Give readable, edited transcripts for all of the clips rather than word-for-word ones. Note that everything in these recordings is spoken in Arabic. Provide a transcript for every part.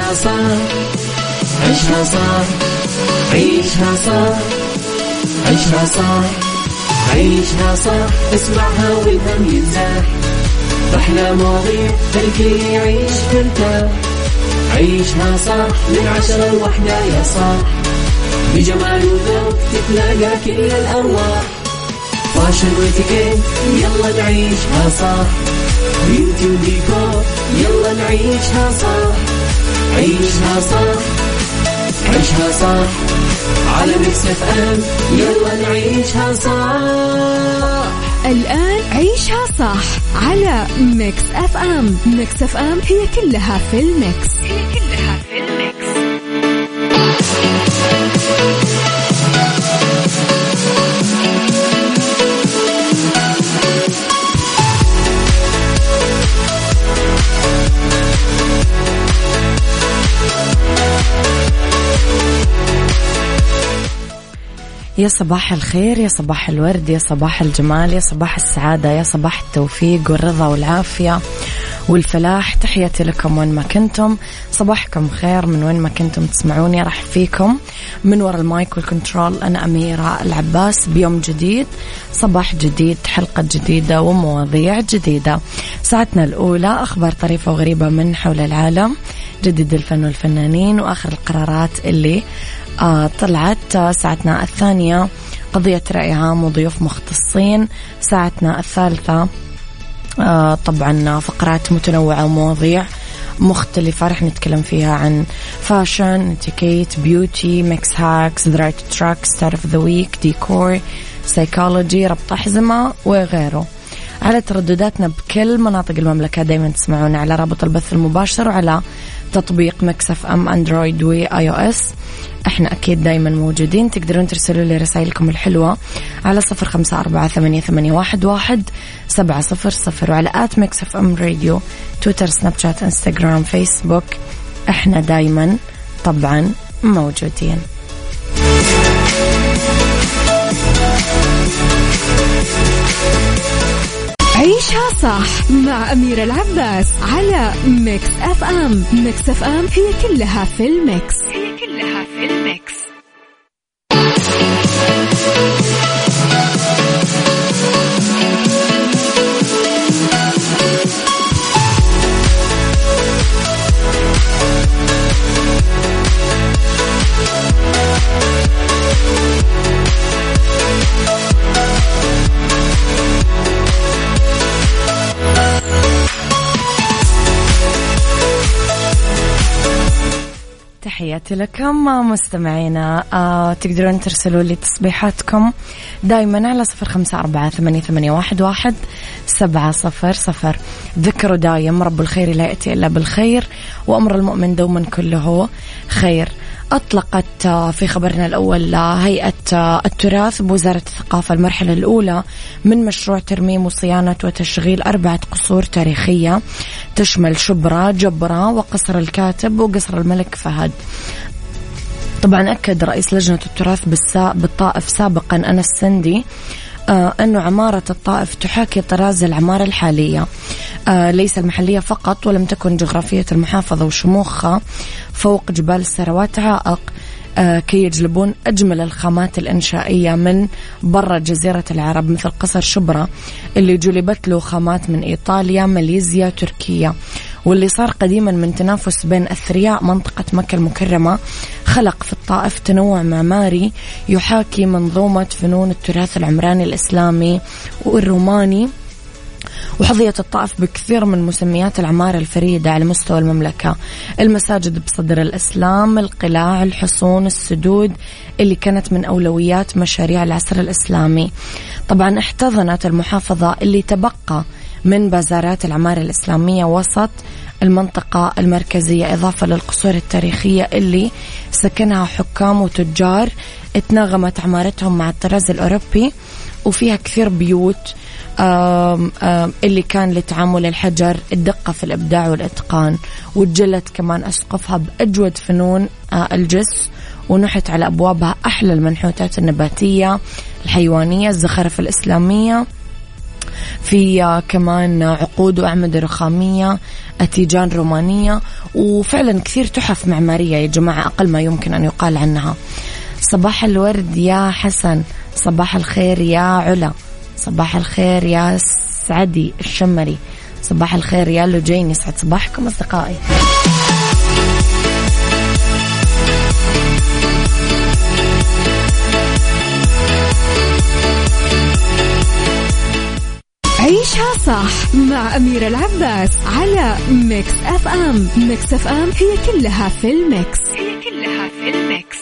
عيشها صح، عيشها صح، عيشها صح، عيشها صح، عيشها صح، اسمعها والهم ينزاح، أحلى مواضيع الكل يعيش مرتاح، عيشها صح من 10 ل1 يا صاح، بجمال وذوق تتلاقى كل الأرواح، فاشل واتيكيت يلا نعيشها صح، بيوتي وديكور يلا نعيشها صح، عيشها صح، عيشها صح، على ميكس اف ام يلا نعيشها صح. الآن عيشها صح على ميكس اف ام. ميكس اف ام هي كلها في الميكس، هي كلها في الميكس. يا صباح الخير، يا صباح الورد، يا صباح الجمال، يا صباح السعادة، يا صباح التوفيق والرضا والعافية والفلاح. تحياتي لكم وين ما كنتم، صباحكم خير من وين ما كنتم تسمعوني. راح فيكم من وراء المايك والكنترول أنا أميرة العباس بيوم جديد، صباح جديد، حلقة جديدة ومواضيع جديدة. ساعتنا الأولى أخبار طريفة وغريبة من حول العالم، جديد الفن والفنانين وآخر القرارات اللي طلعت. ساعتنا الثانية قضية رأي عام وضيوف مختصين. ساعتنا الثالثة طبعا فقرات متنوعة ومواضيع مختلفة رح نتكلم فيها عن فاشن، اتيكيت، بيوتي، ميكس هاكس، ذا رايت تراك، ستار اوف ذا ويك، ديكور، سايكولوجي، ربط أحزمة وغيره. على تردداتنا بكل مناطق المملكة دايما تسمعونا على رابط البث المباشر وعلى تطبيق ميكس اف ام اندرويد واي او اس. احنا اكيد دايما موجودين، تقدرون ترسلوا لي رسائلكم الحلوة على 0548811700 وعلى آت ميكس اف ام راديو، تويتر، سناب شات، انستغرام، فيسبوك. احنا دايما طبعا موجودين. عيشها صح مع أميرة العباس على ميكس اف ام. ميكس اف ام هي كلها في الميكس، هي كلها في الميكس. تحياتي لكم مستمعينا. تقدرون ترسلوا لي تصبيحاتكم دايما على 0548811700. ذكروا دايم رب الخير لا يأتي إلا بالخير، وأمر المؤمن دوما كله خير. أطلقت في خبرنا الأول هيئة التراث بوزارة الثقافة المرحلة الأولى من مشروع ترميم وصيانة وتشغيل 4 قصور تاريخية تشمل شبرا، جبرا، وقصر الكاتب وقصر الملك فهد. طبعا أكد رئيس لجنة التراث بالطائف سابقا أنس سندي أنه عمارة الطائف تحاكي طراز العمارة الحالية، ليس المحلية فقط، ولم تكن جغرافية المحافظة وشموخها فوق جبال السروات عائق كي يجلبون أجمل الخامات الإنشائية من برا جزيرة العرب، مثل قصر شبرا اللي جلبت له خامات من إيطاليا، ماليزيا، تركيا، واللي صار قديما من تنافس بين أثرياء منطقة مكة المكرمة، خلق في الطائف تنوع معماري يحاكي منظومة فنون التراث العمراني الإسلامي والروماني. وحظيت الطائف بكثير من مسميات العمارة الفريدة على مستوى المملكة: المساجد بصدر الإسلام، القلاع، الحصون، السدود اللي كانت من أولويات مشاريع العصر الإسلامي. طبعا احتضنت المحافظة اللي تبقى من بازارات العمارة الإسلامية وسط المنطقة المركزية، إضافة للقصور التاريخية اللي سكنها حكام وتجار اتناغمت عمارتهم مع الطراز الأوروبي، وفيها كثير بيوت اللي كان لتعامل الحجر، الدقة في الإبداع والإتقان، وتجلت كمان أسقفها بأجود فنون الجس، ونحت على أبوابها أحلى المنحوتات النباتية الحيوانية، الزخارف الإسلامية في كمان عقود وأعمدة رخامية، أتيجان رومانية، وفعلا كثير تحف معمارية يا جماعة أقل ما يمكن أن يقال عنها. صباح الورد يا حسن، صباح الخير يا علا، صباح الخير يا سعدي الشمري، صباح الخير يا لجين. يسعد صباحكم أصدقائي. عيشها صح مع أميرة العباس على ميكس أف أم. ميكس أف أم هي كلها في الميكس، هي كلها في الميكس.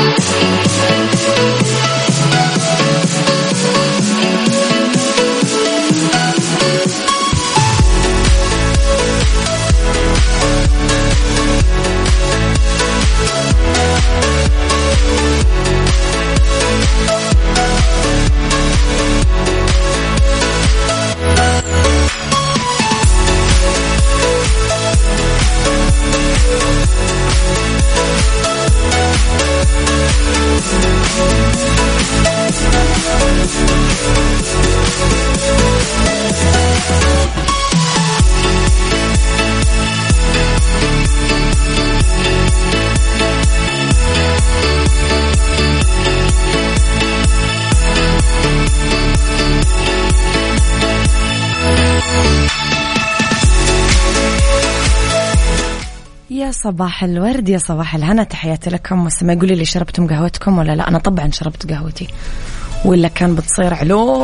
صباح الورد يا صباح الهنا، تحياتي لكم. وسما يقولي لي شربتم قهوتكم ولا لا؟ أنا طبعا شربت قهوتي، ولا كان بتصير علو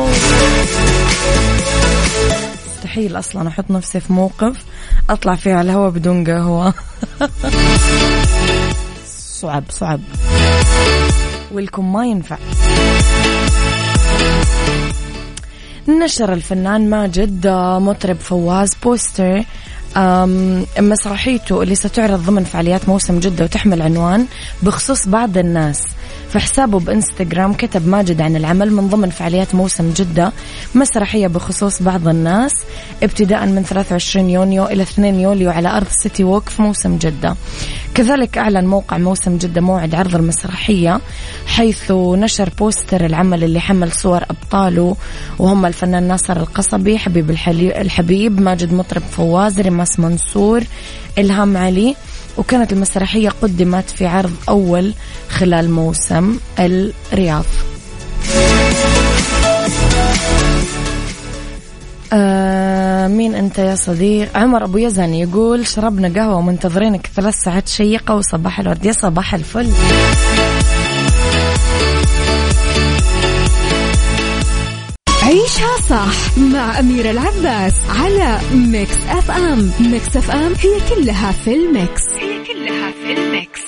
مستحيل أصلا أحط نفسي في موقف أطلع فيه على الهواء بدون قهوة. صعب ولكم ما ينفع. نشر الفنان ماجد مطرب فواز بوستر مسرحيته اللي ستعرض ضمن فعاليات موسم جدة وتحمل عنوان بخصوص بعض الناس. في حسابه بإنستغرام كتب ماجد عن العمل من ضمن فعاليات موسم جدة مسرحية بخصوص بعض الناس ابتداء من 23 يونيو إلى 2 يوليو على أرض سيتي ووك في موسم جدة. كذلك أعلن موقع موسم جدة موعد عرض المسرحية، حيث نشر بوستر العمل اللي حمل صور أبطاله وهم الفنان ناصر القصبي، حبيب الحبيب، ماجد مطرب فواز، ريماس منصور، إلهام علي. وكانت المسرحية قدمت في عرض أول خلال موسم الرياض. مين أنت يا صديق؟ عمر أبو يزن يقول شربنا قهوة ومنتظرينك 3 ساعات شيقة وصباح الورد. يا صباح الفل. عيشها صح مع أميرة العباس على ميكس أف أم. ميكس أف أم هي كلها في الميكس، هي كلها في الميكس.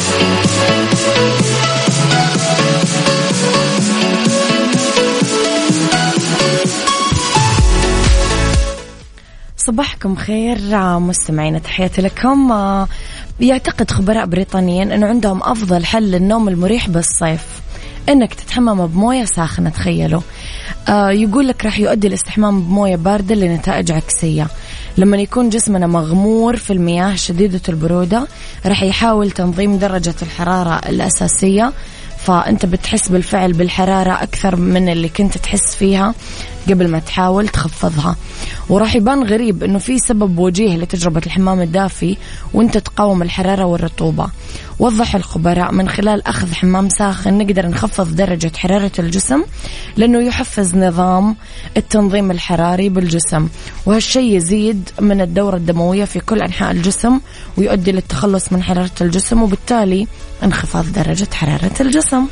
صباحكم خير مستمعين، تحياتي لكم. يعتقد خبراء بريطانيين أنه عندهم أفضل حل للنوم المريح بالصيف إنك تتحمم بموية ساخنة. تخيلوا يقول لك راح يؤدي الاستحمام بموية باردة لنتائج عكسية. لما يكون جسمنا مغمور في المياه شديدة البرودة راح يحاول تنظيم درجة الحرارة الأساسية، فأنت بتحس بالفعل بالحرارة أكثر من اللي كنت تحس فيها قبل ما تحاول تخفضها. وراح يبان غريب أنه في سبب وجيه لتجربة الحمام الدافي وأنت تقاوم الحرارة والرطوبة. وضح الخبراء من خلال أخذ حمام ساخن نقدر نخفض درجة حرارة الجسم، لأنه يحفز نظام التنظيم الحراري بالجسم، وهالشيء يزيد من الدورة الدموية في كل أنحاء الجسم ويؤدي للتخلص من حرارة الجسم وبالتالي انخفاض درجة حرارة الجسم.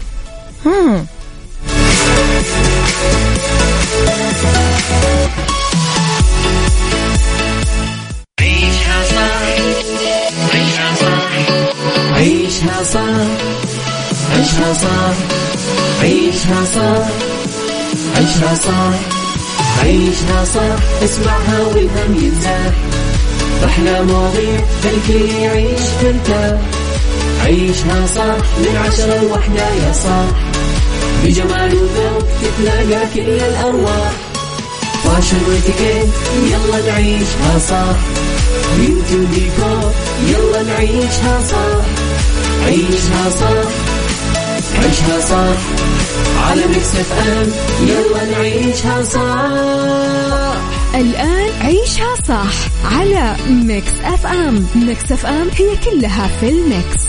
عيشها صح، عيشها صح، عيشها صح، عيشها صح، عيشها صح، عيشها صح، عيشها صح، اسمعها والهم ينزاح، أحلى مواضيع الكل يعيش مرتاح. عيشها صح من 10 ل1 يا صاح، بجمال وذوق تتلاقى كل الأرواح. فاشل واتيكيت يلا نعيشها صح، بيوتي وديكور يلا نعيشها صح. عيشها صح، عيشها صح، على ميكس اف ام. يلا نعيشها صح. الآن عيشها صح على ميكس اف ام. ميكس اف ام هي كلها في الميكس.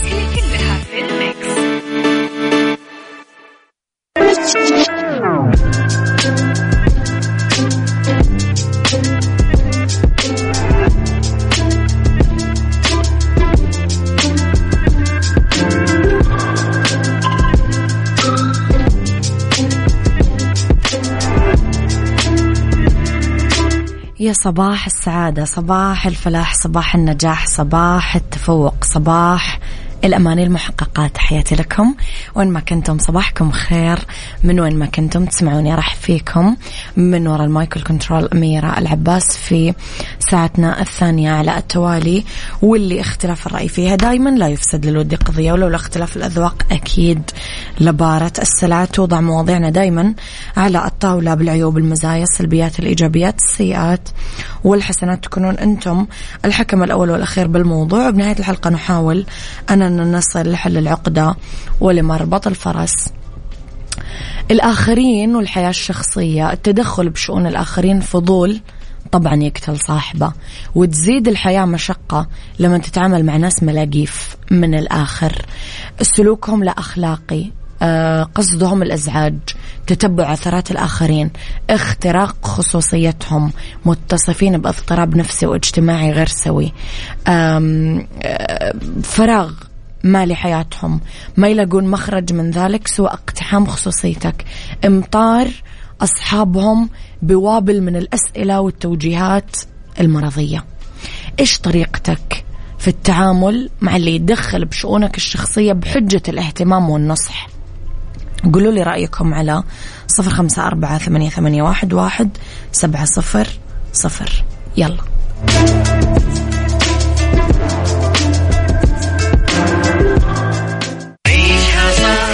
يا صباح السعادة، صباح الفلاح، صباح النجاح، صباح التفوق، صباح الأماني المحققات. حياتي لكم وين ما كنتم، صباحكم خير من وين ما كنتم تسمعوني. راح فيكم من وراء المايك والكنترول أميرة العباس في ساعتنا الثانية على التوالي، واللي اختلاف الرأي فيها دايما لا يفسد للود قضية، ولولا اختلاف الأذواق أكيد لبارة السلع. توضع مواضيعنا دايما على الطاولة بالعيوب، المزايا، السلبيات، الإيجابيات، السيئات والحسنات. تكونون أنتم الحكم الأول والأخير بالموضوع. بنهاية الحلقة نحاول أن نصل لحل العقدة ولمربط الفرس. الآخرين والحياة الشخصية، التدخل بشؤون الآخرين فضول طبعا يقتل صاحبه، وتزيد الحياة مشقة لما تتعامل مع ناس ملاقيف من الآخر. سلوكهم لا أخلاقي، قصدهم الإزعاج، تتبع عثرات الآخرين، اختراق خصوصيتهم، متصفين باضطراب نفسي واجتماعي غير سوي، فراغ ما لحياتهم، ما يلاقون مخرج من ذلك سوى اقتحام خصوصيتك، امطار أصحابهم بوابل من الأسئلة والتوجيهات المرضية. إيش طريقتك في التعامل مع اللي يدخل بشؤونك الشخصية بحجة الاهتمام والنصح؟ قولوا لي رأيكم على 0548811700. يلا عيشها صح.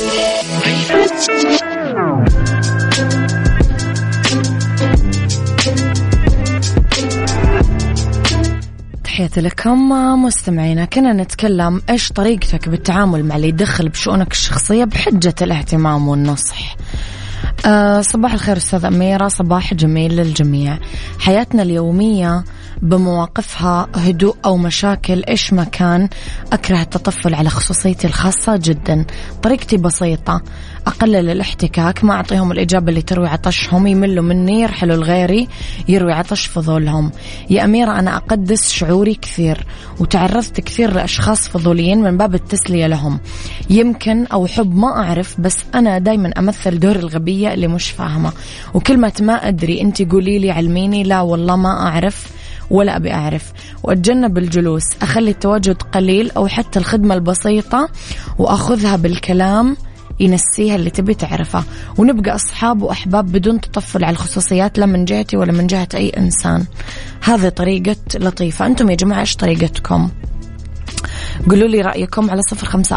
تحياتي لكم مستمعينا. كنا نتكلم إيش طريقتك بالتعامل مع اللي يدخل بشؤونك الشخصية بحجة الاهتمام والنصح. صباح الخير أستاذ أميرة، صباح جميل للجميع. حياتنا اليومية بمواقفها هدوء أو مشاكل إيش ما كان، أكره التطفل على خصوصيتي الخاصة جدا. طريقتي بسيطة، أقلل الاحتكاك، ما أعطيهم الإجابة اللي تروي عطشهم، يملوا مني يرحلوا لغيري يروي عطش فضولهم. يا أميرة أنا أقدس شعوري كثير، وتعرضت كثير لأشخاص فضوليين من باب التسلية لهم، يمكن أو حب ما أعرف، بس أنا دايما أمثل دور الغبية اللي مش فاهمة، وكلمة ما أدري أنت قولي لي علميني، لا والله ما أعرف ولا أبي أعرف. وأتجنب الجلوس، أخلي التواجد قليل أو حتى الخدمة البسيطة وأخذها بالكلام ينسيها اللي تبي تعرفه، ونبقى أصحاب وأحباب بدون تطفل على الخصوصيات لا من جهتي ولا من جهة أي إنسان. هذه طريقة لطيفة. أنتم يا جماعة إيش طريقتكم؟ قولوا لي رأيكم على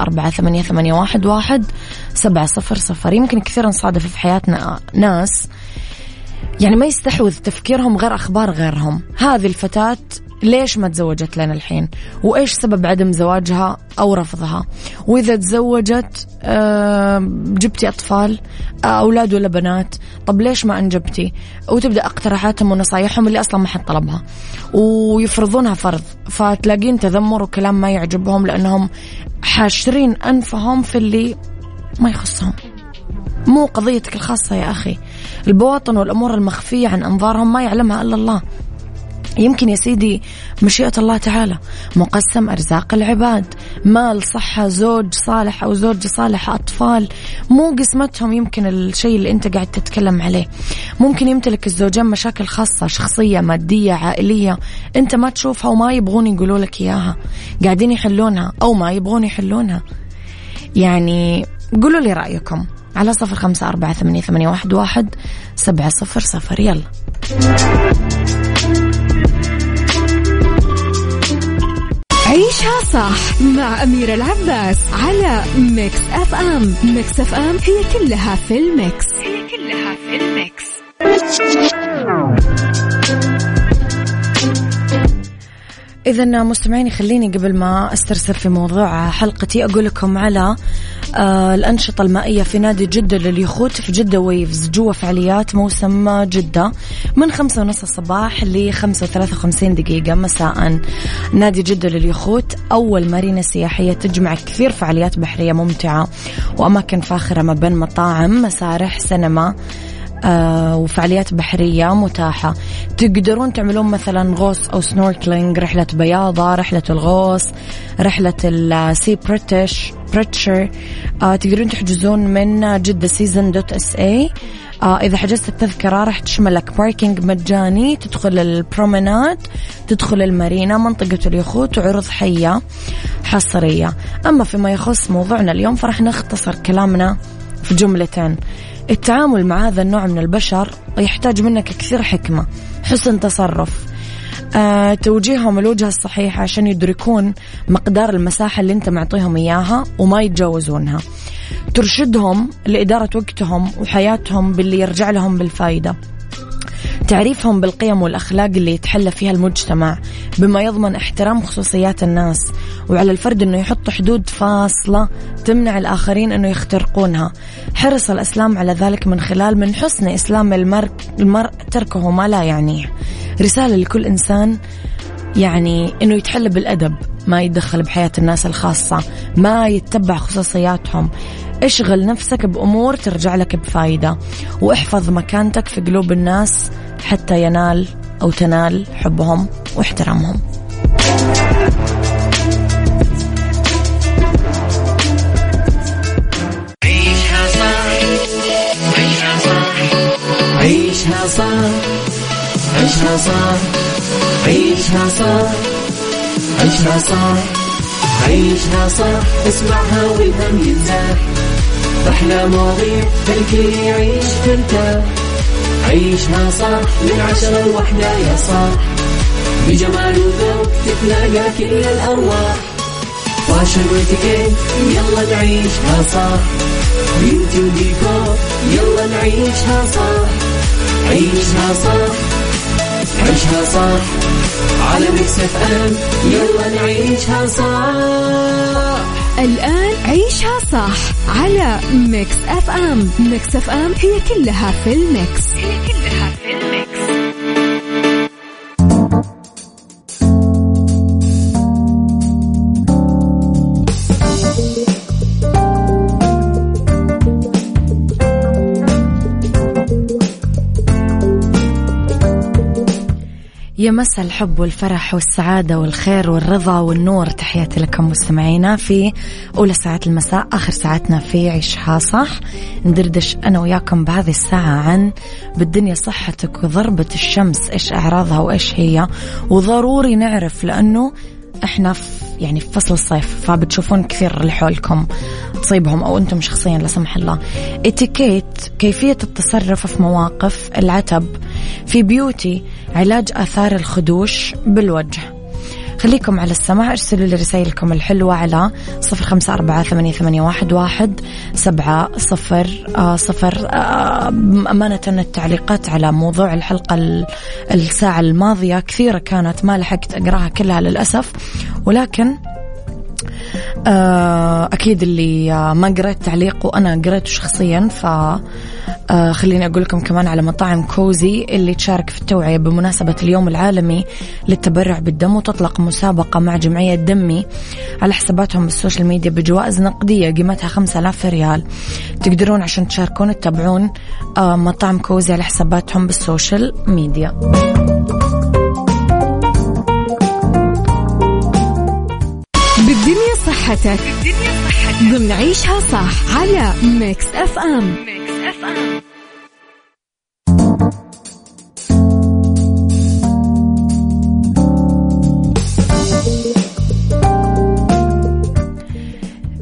0548811700. يمكن كثير نصادف في حياتنا ناس يعني ما يستحوذ تفكيرهم غير أخبار غيرهم. هذه الفتاة ليش ما تزوجت لنا الحين؟ وإيش سبب عدم زواجها أو رفضها؟ وإذا تزوجت جبتي أطفال، أولاد ولا بنات؟ طب ليش ما أنجبتي؟ وتبدأ اقتراحاتهم ونصايحهم اللي أصلا ما حد طلبها ويفرضونها فرض، فتلاقين تذمر وكلام ما يعجبهم لأنهم حاشرين أنفهم في اللي ما يخصهم. مو قضيتك الخاصة يا أخي. البواطن والأمور المخفية عن أنظارهم ما يعلمها إلا الله. يمكن يا سيدي مشيئة الله تعالى، مقسم أرزاق العباد، مال، صحة، زوج صالح أو زوج صالح، أطفال، مو قسمتهم. يمكن الشيء اللي أنت قاعد تتكلم عليه، ممكن يمتلك الزوجين مشاكل خاصة شخصية مادية عائلية أنت ما تشوفها وما يبغون يقولوا لك إياها، قاعدين يحلونها أو ما يبغون يحلونها. يعني قولوا لي رأيكم على 0548811700. يلا عيشها صح مع أميرة العباس على ميكس أف أم. ميكس أف أم هي كلها في الميكس. إذن مستمعيني خليني قبل ما أسترسل في موضوع حلقتي أقول لكم على الأنشطة المائية في نادي جدة لليخوت في جدة ويفز. جوا فعاليات موسم جدة من 5:30 الصباح ل 5:53 دقيقة مساء. نادي جدة لليخوت أول مارينا سياحية تجمع كثير فعاليات بحرية ممتعة وأماكن فاخرة ما بين مطاعم، مسارح، سينما وفعاليات بحرية متاحة. تقدرون تعملون مثلا غوص أو سنوركلينج، رحلة بياضة، رحلة الغوص، رحلة السي بريتشر. تقدرون تحجزون من جدة season.sa. إذا حجزت التذكرة راح تشملك باركينج مجاني، تدخل البرومناد، تدخل المارينا، منطقة اليخوت، وعروض حية حصرية. أما فيما يخص موضوعنا اليوم فرح نختصر كلامنا في جملتين. التعامل مع هذا النوع من البشر يحتاج منك كثير حكمة، حسن تصرف، توجيههم الوجهة الصحيحة عشان يدركون مقدار المساحة اللي انت معطيهم إياها وما يتجاوزونها، ترشدهم لإدارة وقتهم وحياتهم باللي يرجع لهم بالفائدة، تعريفهم بالقيم والأخلاق اللي يتحلى فيها المجتمع بما يضمن احترام خصوصيات الناس، وعلى الفرد أنه يحط حدود فاصلة تمنع الآخرين أنه يخترقونها. حرص الإسلام على ذلك من حسن إسلام المرء تركه ما لا يعنيه. رسالة لكل إنسان يعني أنه يتحلى بالأدب، ما يتدخل بحياة الناس الخاصة، ما يتبع خصوصياتهم. اشغل نفسك بأمور ترجع لك بفايدة، واحفظ مكانتك في قلوب الناس حتى ينال أو تنال حبهم واحترامهم. عيشها صح، عيشها صح، عيشها صح، عيشها صح، عيشها صح، عيشها صح، عيشها صح، اسمعها والهم ينزاح، أحلى مواضيع الكل يعيش ترتاح. عيشها صح من 10 ل1 يا صاح، بجمال وذوق تتلاقى كل الأرواح، فاشل واتيكيت يلا نعيشها صح، بيوتي وديكور يلا نعيشها صح. عيشها صح، عيشها صح، على ميكس اف ام يلا نعيشها صح. الآن عيشها صح على ميكس اف ام. ميكس اف ام هي كلها في الميكس، هي كلها في الميكس. يا مساء الحب والفرح والسعادة والخير والرضا والنور، تحياتي لكم مستمعينا في أولى ساعات المساء، آخر ساعتنا في عيشها صح. ندردش أنا وياكم بهذه الساعة عن بالدنيا صحتك وضربة الشمس، إيش أعراضها وإيش هي، وضروري نعرف لأنه إحنا في فصل الصيف، فبتشوفون كثير اللي حولكم تصيبهم أو أنتم شخصيا لا سمح الله. اتيكيت، كيفية التصرف في مواقف العتب في بيوتي، علاج آثار الخدوش بالوجه. خليكم على السماع، ارسلوا لي رسائلكم الحلوة على 0548811700. أمانة التعليقات على موضوع الحلقة الساعة الماضية كثيرة كانت، ما لحقت أقراها كلها للأسف، ولكن أكيد اللي ما قرأت تعليق وأنا قرأته شخصيا، خليني أقول لكم كمان على مطاعم كوزي اللي تشارك في التوعية بمناسبة اليوم العالمي للتبرع بالدم، وتطلق مسابقة مع جمعية دمي على حساباتهم بالسوشيال ميديا بجوائز نقدية قيمتها 5000 ريال. تقدرون عشان تشاركون تتابعون مطاعم كوزي على حساباتهم بالسوشيال ميديا. بالدنيا صحتك ضمن عيشها صح على ميكس اف ام.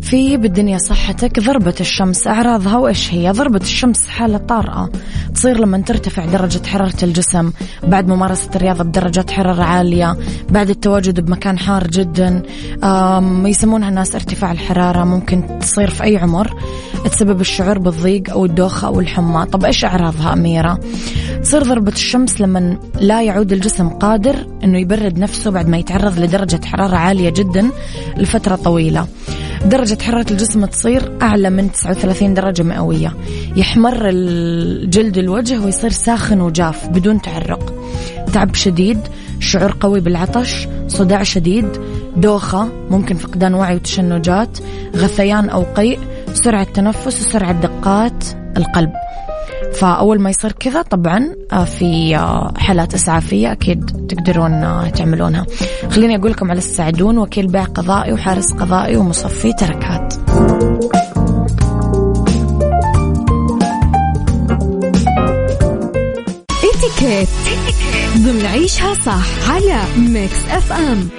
في بالدنيا صحتك. ضربة الشمس أعراضها وإيش هي؟ ضربة الشمس حالة طارئة تصير لما ترتفع درجة حرارة الجسم بعد ممارسة الرياضة بدرجات حرارة عالية، بعد التواجد بمكان حار جدا. يسمونها الناس ارتفاع الحرارة. ممكن تصير في أي عمر، تسبب الشعور بالضيق أو الدوخة أو الحمى. طب إيش أعراضها أميرة؟ تصير ضربة الشمس لما لا يعود الجسم قادر أنه يبرد نفسه بعد ما يتعرض لدرجة حرارة عالية جدا لفترة طويلة. درجة حرارة الجسم تصير أعلى من 39 درجة مئوية، يحمر الجلد الوجه ويصير ساخن وجاف بدون تعرق، تعب شديد، شعور قوي بالعطش، صداع شديد، دوخة، ممكن فقدان وعي وتشنجات، غثيان أو قيء، سرعة تنفس وسرعة دقات القلب. فأول ما يصير كذا طبعا في حالات إسعافية أكيد تقدرون تعملونها. خليني أقول لكم على السعدون، وكيل بيع قضائي وحارس قضائي ومصفي تركات. اتيكيت ضمن عيشها صح على ميكس اف ام.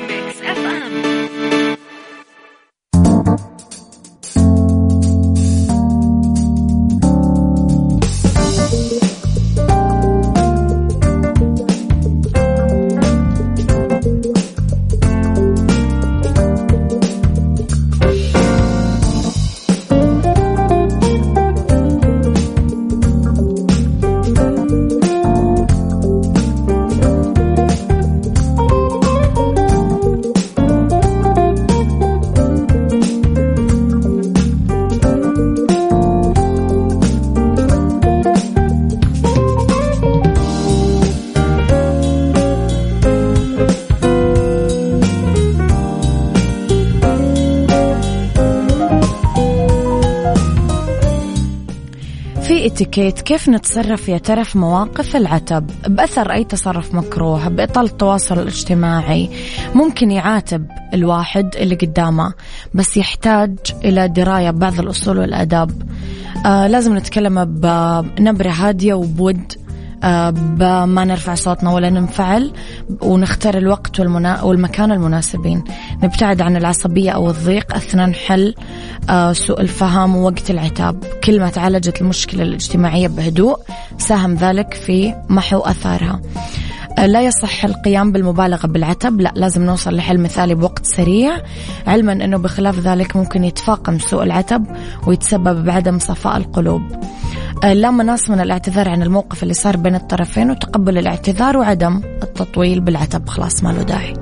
اتيكيت كيف نتصرف يا ترى في مواقف العتب بأثر أي تصرف مكروه بإطار التواصل الاجتماعي. ممكن يعاتب الواحد اللي قدامه بس يحتاج إلى دراية بعض الأصول والآداب. لازم نتكلم بنبرة هادية وبود، ما نرفع صوتنا ولا ننفعل، ونختار الوقت والمكان المناسبين. نبتعد عن العصبية أو الضيق أثناء حل سوء الفهم ووقت العتاب. كل ما تعالجت المشكلة الاجتماعية بهدوء ساهم ذلك في محو أثارها. لا يصح القيام بالمبالغة بالعتب، لا، لازم نوصل لحل مثالي بوقت سريع، علما أنه بخلاف ذلك ممكن يتفاقم سوء العتب ويتسبب بعدم صفاء القلوب. لا مناص من الاعتذار عن الموقف اللي صار بين الطرفين وتقبل الاعتذار وعدم التطويل بالعتب، خلاص ما له داعي.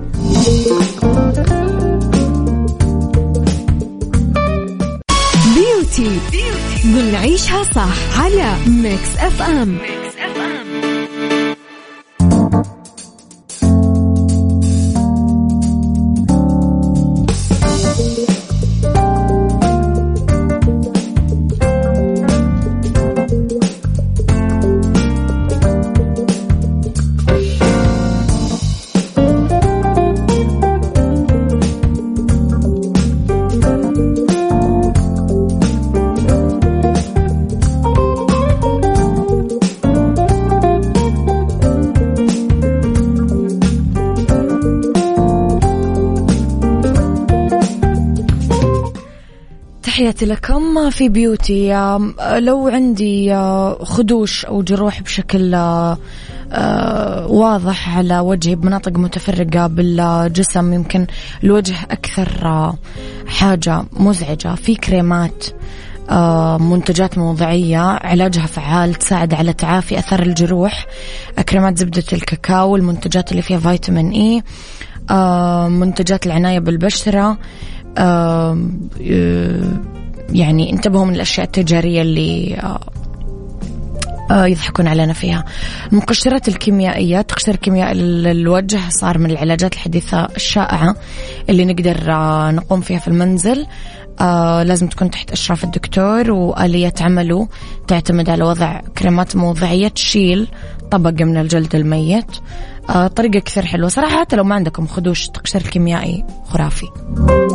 بيوتي ضمن عيشها صح على ميكس اف ام. تحياتي لكم في بيوتي. لو عندي خدوش أو جروح بشكل واضح على وجهي بمناطق متفرقة بالجسم، يمكن الوجه أكثر حاجة مزعجة، في كريمات منتجات موضعية علاجها فعال تساعد على تعافي أثر الجروح. كريمات زبدة الكاكاو، المنتجات اللي فيها فيتامين إي، منتجات العناية بالبشرة. يعني انتبهوا من الأشياء التجارية اللي يضحكون علينا فيها. المقشرات الكيميائية، تقشير كيميائي للوجه صار من العلاجات الحديثة الشائعة اللي نقدر نقوم فيها في المنزل. لازم تكون تحت إشراف الدكتور، وآلية عمله تعتمد على وضع كريمات موضعية تشيل طبقة من الجلد الميت. طريقة كثير حلوة صراحة، حتى لو ما عندكم خدوش تقشير كيميائي خرافي.